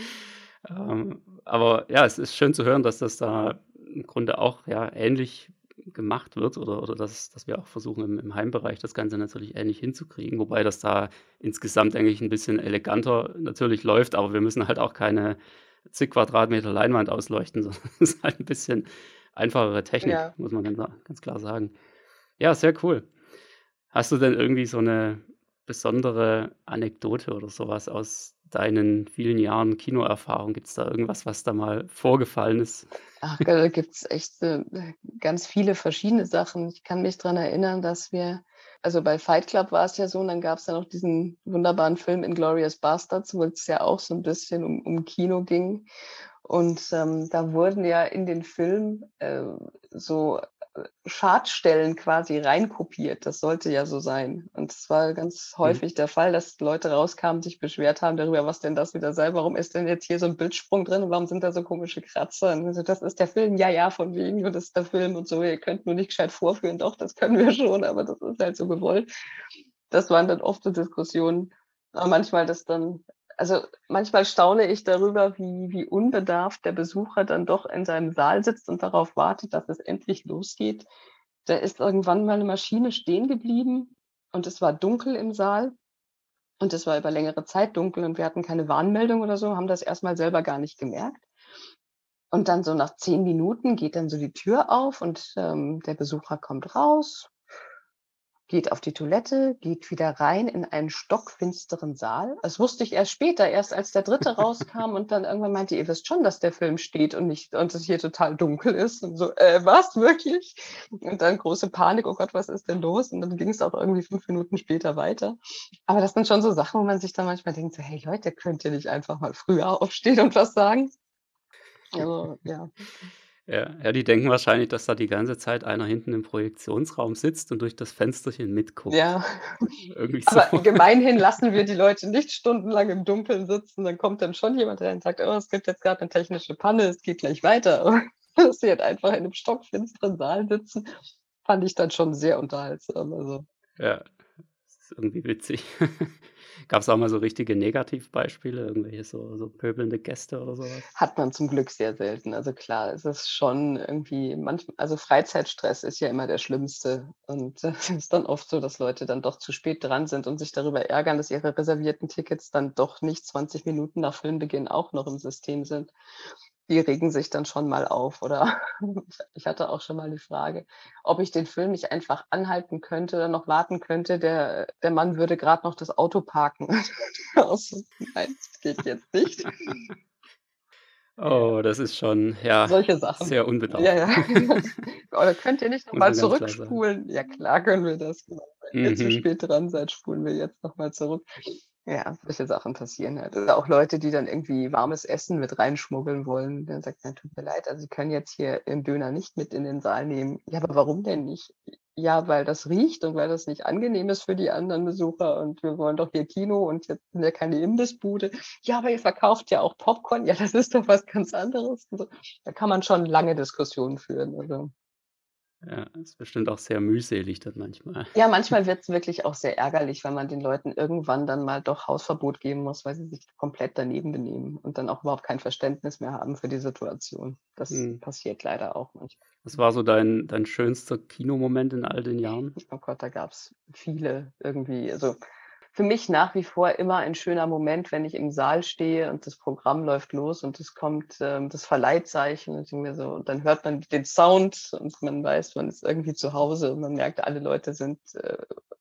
Ähm, aber ja, es ist schön zu hören, dass das da im Grunde auch, ja, ähnlich gemacht wird oder oder dass dass wir auch versuchen, im im Heimbereich das Ganze natürlich ähnlich hinzukriegen, wobei das da insgesamt eigentlich 'n bisschen eleganter natürlich läuft, aber wir müssen halt auch keine zig Quadratmeter Leinwand ausleuchten, sondern es ist halt 'n bisschen einfachere Technik, Ja. muss man dann sa ganz klar sagen. Ja, sehr cool. Hast du denn irgendwie so 'ne besondere Anekdote oder so was aus deinen vielen Jahren Kinoerfahrung? Gibt's da irgendwas, was da mal vorgefallen ist? Ach, da gibt's echt, äh, ganz viele verschiedene Sachen. Ich kann mich dran erinnern, dass wir also bei Fight Club war's ja so und dann gab's ja noch diesen wunderbaren Film Inglourious Basterds, wo es ja auch so 'n bisschen um um Kino ging. Und, ähm, da wurden ja in den Film, äh, so, äh, Schadstellen quasi reinkopiert. Das sollte ja so sein. Und es war ganz Mhm. häufig der Fall, dass Leute rauskamen, sich beschwert haben darüber, was denn das wieder sei. „Warum ist denn jetzt hier so 'n Bildsprung drin und warum sind da so komische Kratzer?“ Und wir so: „Das ist der Film.“ „Ja, ja, von wegen, nur das ist der Film und so. Ihr könnt nur nicht gescheit vorführen.“ „Doch, das können wir schon, aber das ist halt so gewollt.“ Das waren dann oft so Diskussionen. Aber manchmal das dann also, manchmal staune ich darüber, wie wie unbedarft der Besucher dann doch in seinem Saal sitzt und darauf wartet, dass es endlich losgeht. Da ist irgendwann mal 'ne Maschine stehen geblieben und es war dunkel im Saal und es war über längere Zeit dunkel und wir hatten keine Warnmeldung oder so, haben das erst mal selber gar nicht gemerkt. Und dann so nach zehn Minuten geht dann so die Tür auf und, ähm, der Besucher kommt raus geht auf die Toilette, geht wieder rein in einen stockfinsteren Saal. Das wusste ich erst später, erst als der Dritte rauskam und dann irgendwann meinte: „Ihr wisst schon, dass der Film steht und nicht und es hier total dunkel ist?“ Und so: „Äh, was, wirklich?“ Und dann große Panik: „Oh Gott, was ist denn los?“ Und dann ging's auch irgendwie fünf Minuten später weiter. Aber das sind schon so Sachen, wo man sich dann manchmal denkt so: „Hey Leute, könnt ihr nicht einfach mal früher aufstehen und was sagen?“ Also, ja. Ja, ja, die denken wahrscheinlich, dass da die ganze Zeit einer hinten im Projektionsraum sitzt und durch das Fensterchen mitguckt. Ja. Irgendwie so. Aber gemeinhin lassen wir die Leute nicht stundenlang im Dunkeln sitzen. Dann kommt dann schon jemand, der dann sagt: „Oh, es gibt jetzt grad 'ne technische Panne, es geht gleich weiter.“ Aber dass sie halt einfach in 'nem stockfinsteren Saal sitzen, fand ich dann schon sehr unterhaltsam, also Ja, irgendwie witzig. Gab's auch mal so richtige Negativbeispiele, irgendwelche so so pöbelnde Gäste oder so was? Hat man zum Glück sehr selten. Also klar, es ist schon irgendwie manchmal, also Freizeitstress ist ja immer der schlimmste und es ist dann oft so, dass Leute dann doch zu spät dran sind und sich darüber ärgern, dass ihre reservierten Tickets dann doch nicht zwanzig Minuten nach Filmbeginn auch noch im System sind. Die regen sich dann schon mal auf oder ich ich hatte auch schon mal die Frage, ob ich den Film nicht einfach anhalten könnte oder noch warten könnte. Der der Mann würde grad noch das Auto parken. Auch so: „Nein, das geht jetzt nicht.“ Ja. Oh, das ist schon, ja, Solche Sachen. sehr Ja, unbedarft. ja. „Oder könnt ihr nicht noch Muss mal man ganz klar sagen. zurückspulen?“ Ja, klar können wir das. Genau. Wenn ihr zu Mhm. spät dran seid, spulen wir jetzt noch mal zurück. Ja, solche Sachen passieren halt. Oder auch Leute, die dann irgendwie warmes Essen mit reinschmuggeln wollen. Dann sagt man: „Tut mir leid, also Sie können jetzt hier Ihren Döner nicht mit in den Saal nehmen.“ „Ja, aber warum denn nicht?“ „Ja, weil das riecht und weil das nicht angenehm ist für die anderen Besucher und wir wollen doch hier Kino und jetzt sind wir keine Imbissbude.“ „Ja, aber ihr verkauft ja auch Popcorn.“ „Ja, das ist doch was ganz anderes.“ Und so. Da kann man schon lange Diskussionen führen, also Ja, ist bestimmt auch sehr mühselig dann manchmal. ja, manchmal wird's wirklich auch sehr ärgerlich, wenn man den Leuten irgendwann dann mal doch Hausverbot geben muss, weil sie sich komplett daneben benehmen und dann auch überhaupt kein Verständnis mehr haben für die Situation. Das Mhm. passiert leider auch manchmal. Was war so dein dein schönster Kinomoment in all den Jahren? Oh Gott, da gab's viele irgendwie. Also, für mich nach wie vor immer ein schöner Moment, wenn ich im Saal stehe und das Programm läuft los und es kommt, ähm, das Verleihzeichen und ich denke mir so und dann hört man den Sound und man weiß, man ist irgendwie zu Hause und man merkt, alle Leute sind, äh,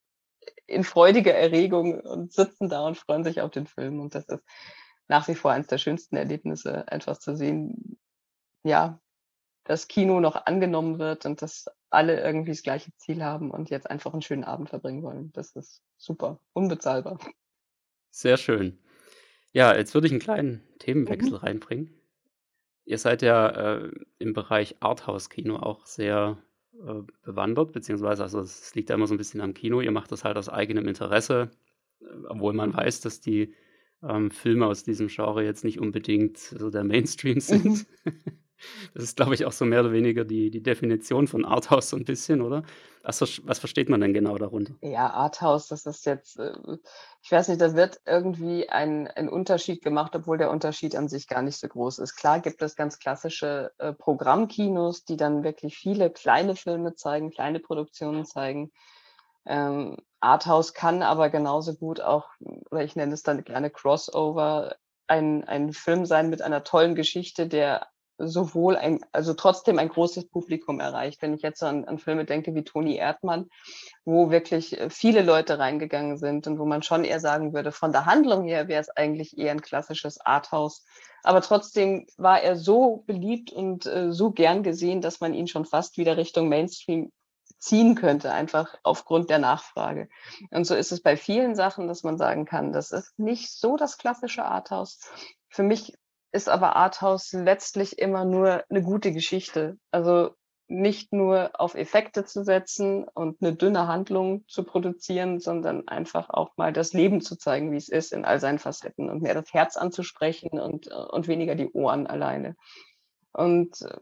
in freudiger Erregung und sitzen da und freuen sich auf den Film und das ist nach wie vor eins der schönsten Erlebnisse, einfach zu sehen, ja, dass Kino noch angenommen wird und dass alle irgendwie das gleiche Ziel haben und jetzt einfach 'n schönen Abend verbringen wollen. Das ist super, unbezahlbar. Sehr schön. Ja, jetzt würde ich 'n kleinen Themenwechsel Mhm. reinbringen. Ihr seid ja, äh, im Bereich Arthouse-Kino auch sehr, äh, bewandert, beziehungsweise also, es liegt ja immer so 'n bisschen am Kino. Ihr macht das halt aus eigenem Interesse, äh, obwohl man weiß, dass die, ähm, Filme aus diesem Genre jetzt nicht unbedingt so der Mainstream Mhm. sind. Das ist, glaube ich, auch so mehr oder weniger die die Definition von Arthouse so 'n bisschen, oder? Was versch was versteht man denn genau darunter? Ja, Arthouse, das ist jetzt, äh ich weiß nicht, da wird irgendwie ein ein Unterschied gemacht, obwohl der Unterschied an sich gar nicht so groß ist. Klar gibt es ganz klassische, äh, Programmkinos, die dann wirklich viele kleine Filme zeigen, kleine Produktionen zeigen. Ähm, Arthouse kann aber genauso gut auch, oder ich nenne es dann gerne Crossover, ein ein Film sein mit einer tollen Geschichte, der sowohl ein also trotzdem ein großes Publikum erreicht. Wenn ich jetzt so an an Filme denke wie Toni Erdmann, wo wirklich, äh, viele Leute reingegangen sind und wo man schon eher sagen würde, von der Handlung her wäre es eigentlich eher 'n klassisches Arthouse. Aber trotzdem war er so beliebt und, äh, so gern gesehen, dass man ihn schon fast wieder Richtung Mainstream ziehen könnte, einfach aufgrund der Nachfrage. Und so ist es bei vielen Sachen, dass man sagen kann, das ist nicht so das klassische Arthouse. Für mich ist aber Arthouse letztlich immer nur 'ne gute Geschichte. Also, nicht nur auf Effekte zu setzen und 'ne dünne Handlung zu produzieren, sondern einfach auch mal das Leben zu zeigen, wie es ist in all seinen Facetten und mehr das Herz anzusprechen und äh, und weniger die Ohren alleine. Und, äh,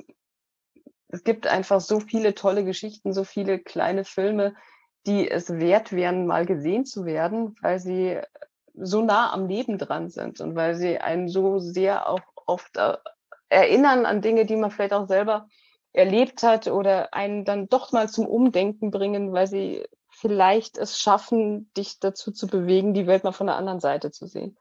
es gibt einfach so viele tolle Geschichten, so viele kleine Filme, die es wert wären, mal gesehen zu werden, weil sie, äh, so nah am Leben dran sind und weil sie einen so sehr auch oft, äh, erinnern an Dinge, die man vielleicht auch selber erlebt hat oder einen dann doch mal zum Umdenken bringen, weil sie vielleicht es schaffen, dich dazu zu bewegen, die Welt mal von der anderen Seite zu sehen.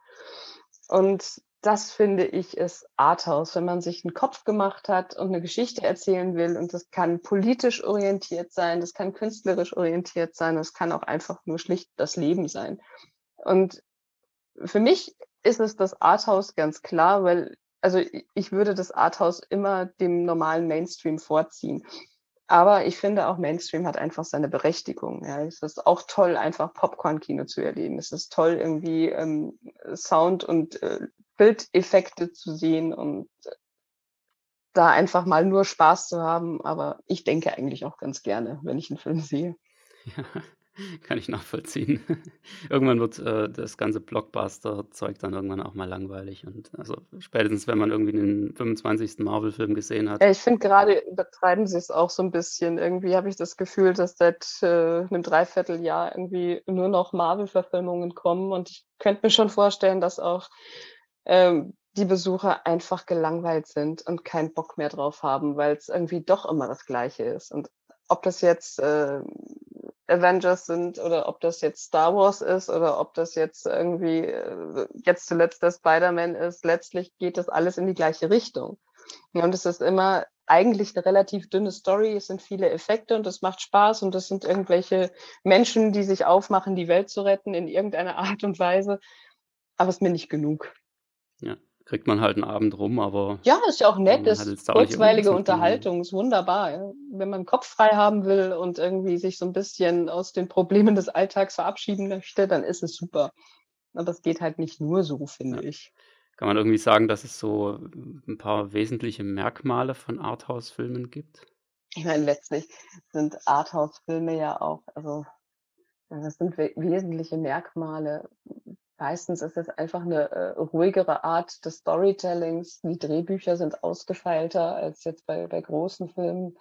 Und das finde ich, ist Arthouse, wenn man sich 'n Kopf gemacht hat und 'ne Geschichte erzählen will und das kann politisch orientiert sein, das kann künstlerisch orientiert sein, das kann auch einfach nur schlicht das Leben sein. Und für mich ist es das Arthouse ganz klar, weil also i ich würde das Arthouse immer dem normalen Mainstream vorziehen. Aber ich finde auch Mainstream hat einfach seine Berechtigung, ja. Es ist auch toll, einfach Popcornkino zu erleben. Es ist toll, irgendwie, ähm, Sound und, äh, Bildeffekte zu sehen und, äh da einfach mal nur Spaß zu haben, aber ich denke eigentlich auch ganz gerne, wenn ich 'n Film sehe. Ja. Kann ich nachvollziehen. Irgendwann wird, äh, das ganze Blockbuster-Zeug dann irgendwann auch mal langweilig und also, spätestens, wenn man irgendwie den fünfundzwanzigsten Marvel-Film gesehen hat. Ja, ich finde grade übertreiben sie's auch so 'n bisschen. Irgendwie habe ich das Gefühl, dass seit, äh, 'nem Dreivierteljahr irgendwie nur noch Marvel-Verfilmungen kommen und ich könnte mir schon vorstellen, dass auch, ähm, die Besucher einfach gelangweilt sind und keinen Bock mehr drauf haben, weil's irgendwie doch immer das Gleiche ist. Und ob das jetzt, ähm, Avengers sind oder ob das jetzt Star Wars ist oder ob das jetzt irgendwie, äh, jetzt zuletzt der Spider-Man ist, letztlich geht das alles in die gleiche Richtung. Ja, und es ist immer eigentlich 'ne relativ dünne Story. Es sind viele Effekte und es macht Spaß und das sind irgendwelche Menschen, die sich aufmachen, die Welt zu retten in irgendeiner Art und Weise, aber ist mir nicht genug. Ja, kriegt man halt 'n Abend rum, aber Ja, ist ja auch nett, man hat ist jetzt da auch nicht irgendwie was kurzweilige mitgenommen. Unterhaltung, ist wunderbar, ja. Wenn man 'n Kopf frei haben will und irgendwie sich so 'n bisschen aus den Problemen des Alltags verabschieden möchte, dann ist es super. Aber es geht halt nicht nur so, finde Ja. ich. Kann man irgendwie sagen, dass es so 'n paar wesentliche Merkmale von Arthouse-Filmen gibt? Ich meine, letztlich sind Arthouse-Filme ja auch also, ja, was sind we wesentliche Merkmale? Meistens ist es einfach 'ne, äh, ruhigere Art des Storytellings. Die Drehbücher sind ausgefeilter als jetzt bei bei großen Filmen.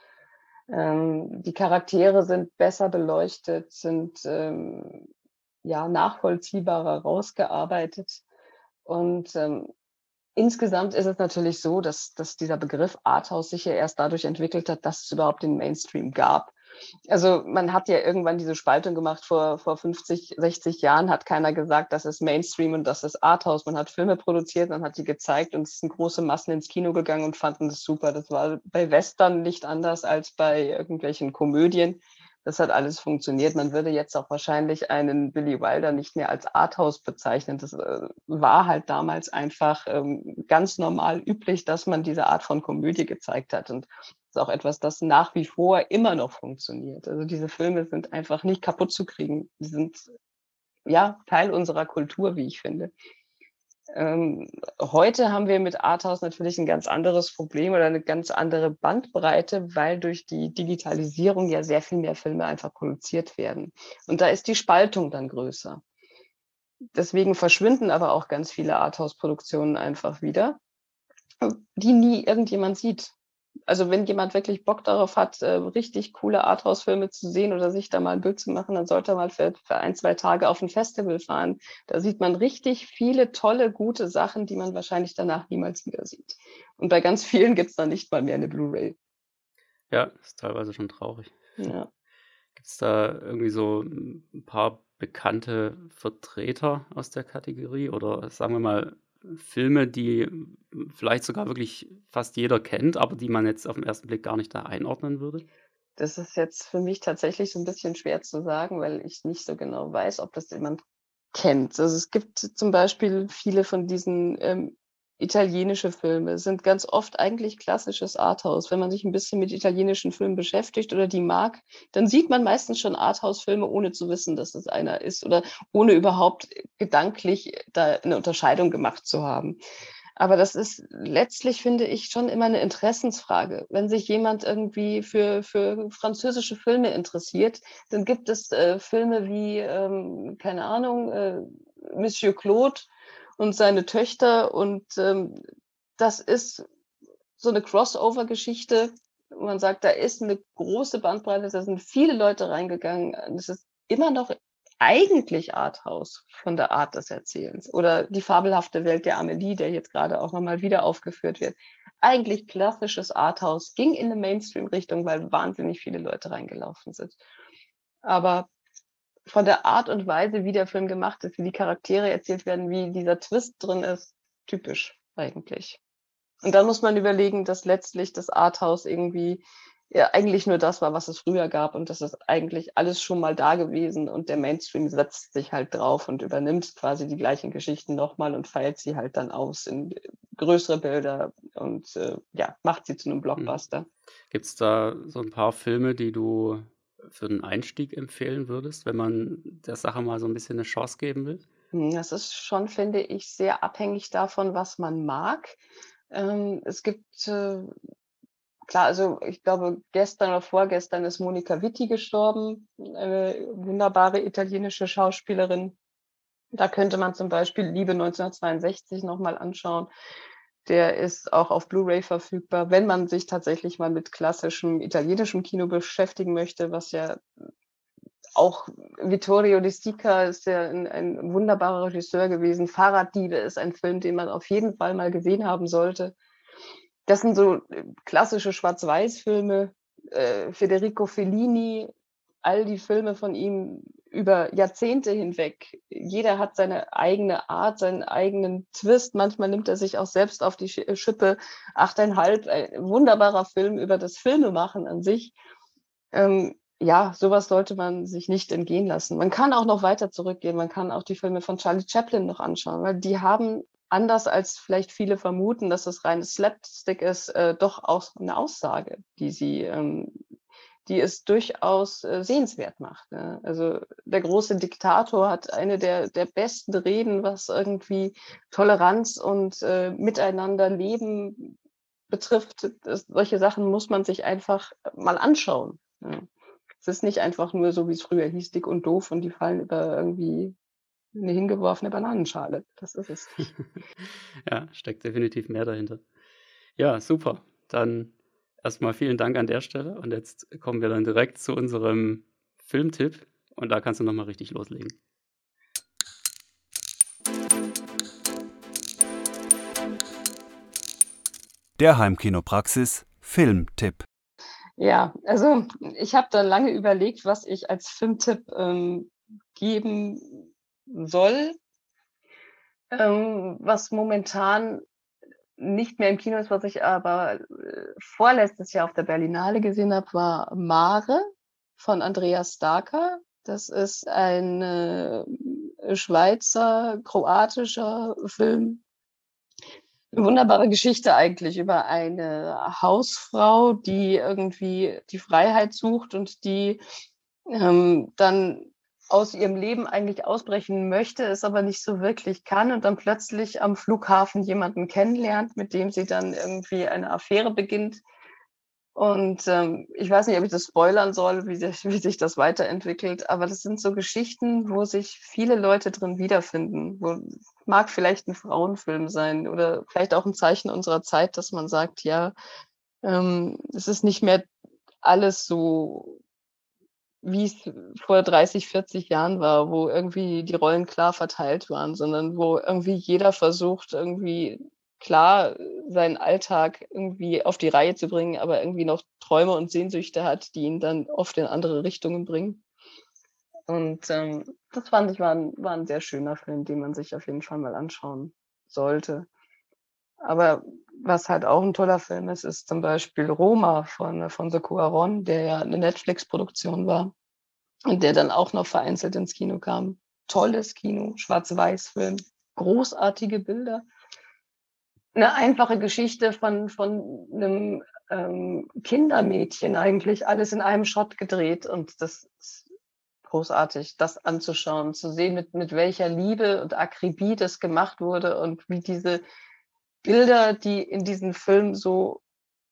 Ähm, die Charaktere sind besser beleuchtet, sind, ähm, ja, nachvollziehbarer rausgearbeitet. Und, ähm, insgesamt ist es natürlich so, dass dass dieser Begriff Arthouse sich ja erst dadurch entwickelt hat, dass es überhaupt den Mainstream gab. Also, man hat ja irgendwann diese Spaltung gemacht vor vor fünfzig, sechzig Jahren hat keiner gesagt, das ist Mainstream und das ist Arthouse. Man hat Filme produziert, man hat die gezeigt und es sind große Massen ins Kino gegangen und fanden das super. Das war bei Western nicht anders als bei irgendwelchen Komödien. Das hat alles funktioniert. Man würde jetzt auch wahrscheinlich einen Billy Wilder nicht mehr als Arthouse bezeichnen. Das, äh, war halt damals einfach, ähm, ganz normal üblich, dass man diese Art von Komödie gezeigt hat und ist auch etwas, das nach wie vor immer noch funktioniert. Also, diese Filme sind einfach nicht kaputtzukriegen. Die sind, ja, Teil unserer Kultur, wie ich finde. Ähm, heute haben wir mit Arthouse natürlich 'n ganz anderes Problem oder 'ne ganz andere Bandbreite, weil durch die Digitalisierung ja sehr viel mehr Filme einfach produziert werden. Und da ist die Spaltung dann größer. Deswegen verschwinden aber auch ganz viele Arthouse-Produktionen einfach wieder, die nie irgendjemand sieht. Also, wenn jemand wirklich Bock darauf hat, äh, richtig coole Arthouse-Filme zu sehen oder sich da mal 'n Bild zu machen, dann sollte er mal für für ein, zwei Tage auf 'n Festival fahren. Da sieht man richtig viele tolle, gute Sachen, die man wahrscheinlich danach niemals wieder sieht. Und bei ganz vielen gibt's dann nicht mal mehr 'ne Blu-ray. Ja, ist teilweise schon traurig. Ja. Gibt's da irgendwie so 'n paar bekannte Vertreter aus der Kategorie oder sagen wir mal, Filme, die vielleicht sogar wirklich fast jeder kennt, aber die man jetzt auf'n ersten Blick gar nicht da einordnen würde? Das ist jetzt für mich tatsächlich so 'n bisschen schwer zu sagen, weil ich nicht so genau weiß, ob das jemand kennt. Also, es gibt zum Beispiel viele von diesen, ähm italienische Filme sind ganz oft eigentlich klassisches Arthouse. Wenn man sich 'n bisschen mit italienischen Filmen beschäftigt oder die mag, dann sieht man meistens schon Arthouse-Filme, ohne zu wissen, dass das einer ist oder ohne überhaupt gedanklich da 'ne Unterscheidung gemacht zu haben. Aber das ist letztlich, finde ich, schon immer 'ne Interessensfrage. Wenn sich jemand irgendwie für für französische Filme interessiert, dann gibt es, äh, Filme wie, ähm, keine Ahnung, äh, Monsieur Claude und seine Töchter und, ähm, das ist so 'ne Crossover-Geschichte, wo man sagt, da ist 'ne große Bandbreite, da sind viele Leute reingegangen. Es ist immer noch eigentlich Arthouse von der Art des Erzählens. Oder Die fabelhafte Welt der Amelie, der jetzt grade auch noch mal wieder aufgeführt wird. Eigentlich klassisches Arthouse, ging in 'ne Mainstream-Richtung, weil wahnsinnig viele Leute reingelaufen sind. Aber von der Art und Weise, wie der Film gemacht ist, wie die Charaktere erzählt werden, wie dieser Twist drin ist, typisch eigentlich. Und dann muss man überlegen, dass letztlich das Arthouse irgendwie ja eigentlich nur das war, was es früher gab und das ist eigentlich alles schon mal da gewesen und der Mainstream setzt sich halt drauf und übernimmt quasi die gleichen Geschichten noch mal und feilt sie halt dann aus in größere Bilder und, äh, ja, macht sie zu 'nem Mhm. Blockbuster. Gibt's da so 'n paar Filme, die du für 'n Einstieg empfehlen würdest, wenn man der Sache mal so 'n bisschen 'ne Chance geben will? Hm, das ist schon, finde ich, sehr abhängig davon, was man mag. Ähm, es gibt, äh klar, also ich glaube, gestern oder vorgestern ist Monica Vitti gestorben, eine wunderbare italienische Schauspielerin. Da könnte man zum Beispiel Liebe neunzehnhundertzweiundsechzig noch mal anschauen. Der ist auch auf Blu-ray verfügbar, wenn man sich tatsächlich mal mit klassischem italienischem Kino beschäftigen möchte, was ja auch Vittorio De Sica ist ja ein ein wunderbarer Regisseur gewesen. Fahrraddiebe ist ein Film, den man auf jeden Fall mal gesehen haben sollte. Das sind so, äh, klassische Schwarz-Weiß-Filme. Äh, Federico Fellini, all die Filme von ihm über Jahrzehnte hinweg. Jeder hat seine eigene Art, seinen eigenen Twist. Manchmal nimmt er sich auch selbst auf die Schi äh, Schippe. achteinhalb, ein wunderbarer Film über das Filmemachen an sich. Ähm, ja, so was sollte man sich nicht entgehen lassen. Man kann auch noch weiter zurückgehen. Man kann auch die Filme von Charlie Chaplin noch anschauen, weil die haben, anders als vielleicht viele vermuten, dass das reines Slapstick ist, äh, doch auch 'ne Aussage, die sie ähm, die es durchaus, äh, sehenswert macht, ne? Also, der große Diktator hat eine der der besten Reden, was irgendwie Toleranz und, äh, Miteinander leben betrifft. Das solche Sachen muss man sich einfach mal anschauen, ja. Es ist nicht einfach nur so, wie's früher hieß, dick und doof und die fallen über irgendwie 'ne hingeworfene Bananenschale. Das ist es nicht. Ja, steckt definitiv mehr dahinter. Ja, super. Dann erst mal vielen Dank an der Stelle und jetzt kommen wir dann direkt zu unserem Filmtipp und da kannst du noch mal richtig loslegen. Der Heimkinopraxis Filmtipp. Ja, also ich habe da lange überlegt, was ich als Filmtipp, ähm, geben soll. Ähm, was momentan nicht mehr im Kino ist, was ich aber, äh, vorletztes Jahr auf der Berlinale gesehen habe, war Mare von Andreas Starker. Das ist ein, äh, Schweizer, kroatischer Film. 'Ne wunderbare Geschichte eigentlich über eine Hausfrau, die irgendwie die Freiheit sucht und die, ähm, dann aus ihrem Leben eigentlich ausbrechen möchte, es aber nicht so wirklich kann und dann plötzlich am Flughafen jemanden kennenlernt, mit dem sie dann irgendwie eine Affäre beginnt. Und, ähm, ich weiß nicht, ob ich das spoilern soll, wie sich wie sich das weiterentwickelt, aber das sind so Geschichten, wo sich viele Leute drin wiederfinden. Wo mag vielleicht 'n Frauenfilm sein oder vielleicht auch 'n Zeichen unserer Zeit, dass man sagt: „Ja, ähm, es ist nicht mehr alles so, wie's vor dreißig, vierzig Jahren war, wo irgendwie die Rollen klar verteilt waren, sondern wo irgendwie jeder versucht, irgendwie klar seinen Alltag irgendwie auf die Reihe zu bringen, aber irgendwie noch Träume und Sehnsüchte hat, die ihn dann oft in andere Richtungen bringen.“ Und, ähm, das fand ich war 'n war 'n sehr schöner Film, den man sich auf jeden Fall mal anschauen sollte. Aber was halt auch 'n toller Film ist, ist zum Beispiel Roma von Alfonso Cuarón, der ja 'ne Netflix-Produktion war und der dann auch noch vereinzelt ins Kino kam. Tolles Kino, Schwarz-Weiß-Film, großartige Bilder. 'Ne einfache Geschichte von von 'nem, ähm, Kindermädchen eigentlich, alles in einem Shot gedreht und das ist großartig, das anzuschauen, zu sehen, mit mit welcher Liebe und Akribie das gemacht wurde und wie diese Bilder, die in diesem Film so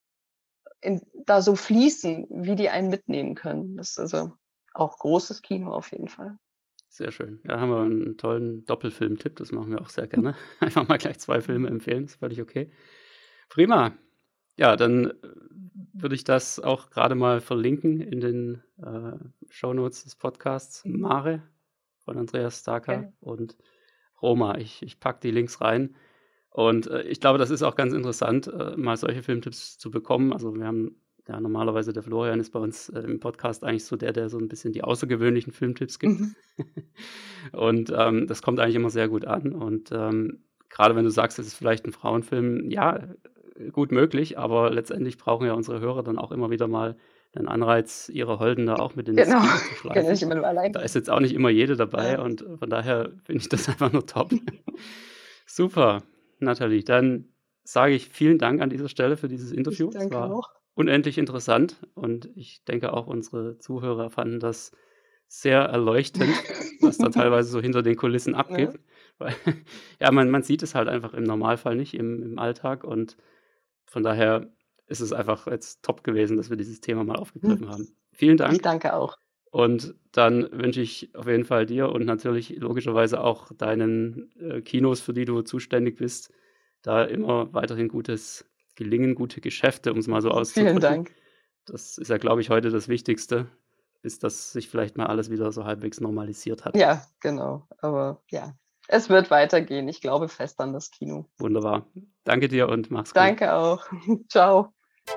in da so fließen, wie die einen mitnehmen können. Das ist also auch großes Kino auf jeden Fall. Sehr schön. Ja, haben wir 'n tollen Doppelfilmtipp, das machen wir auch sehr gerne. Einfach mal gleich zwei Filme empfehlen, ist völlig okay. Prima. Ja, dann, äh, würde ich das auch grade mal verlinken in den, äh, Shownotes des Podcasts. Mare von Andreas Starker Gerne. und Roma. Ich ich packe die Links rein und, äh, ich glaube, das ist auch ganz interessant, äh, mal solche Filmtipps zu bekommen. Also, wir haben ja normalerweise der Florian ist bei uns, äh, im Podcast eigentlich so der, der so 'n bisschen die außergewöhnlichen Filmtipps gibt. Mhm. Und, ähm, das kommt eigentlich immer sehr gut an und, ähm, grade wenn du sagst, es ist vielleicht 'n Frauenfilm, ja, äh, gut möglich, aber letztendlich brauchen ja unsere Hörer dann auch immer wieder mal 'nen Anreiz, ihre Holden da auch mit ins Genau, Kino zu können ja schleifen. nicht immer nur allein Da ist gehen. jetzt auch nicht immer jede dabei Ja. und von daher finde ich das einfach nur top. Super, Nathalie, dann sage ich vielen Dank an dieser Stelle für dieses Ich Interview. Es danke war auch. unendlich interessant und ich denke auch unsere Zuhörer fanden das sehr erleuchtend, was da teilweise so hinter den Kulissen Ja. abgeht. Weil ja, man man sieht es halt einfach im Normalfall nicht im im Alltag und von daher es ist einfach jetzt top gewesen, dass wir dieses Thema mal aufgegriffen hm. haben. Vielen Dank. Ich danke auch. Und dann wünsche ich auf jeden Fall dir und natürlich logischerweise auch deinen äh, Kinos, für die du zuständig bist, da immer weiterhin gutes Gelingen, gute Geschäfte, um es mal so auszudrücken. Vielen Dank. Das ist ja, glaube ich, heute das Wichtigste, bis das sich vielleicht mal alles wieder so halbwegs normalisiert hat. Ja, genau. Aber ja, es wird weitergehen. Ich glaube fest an das Kino. Wunderbar. Danke dir und mach's gut. Danke auch. Ciao.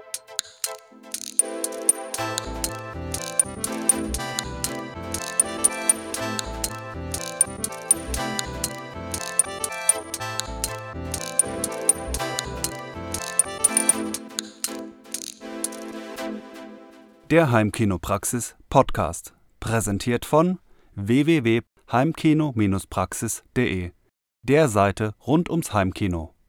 Der Heimkinopraxis Podcast, präsentiert von w w w punkt heimkino Bindestrich praxis punkt de, der Seite rund ums Heimkino.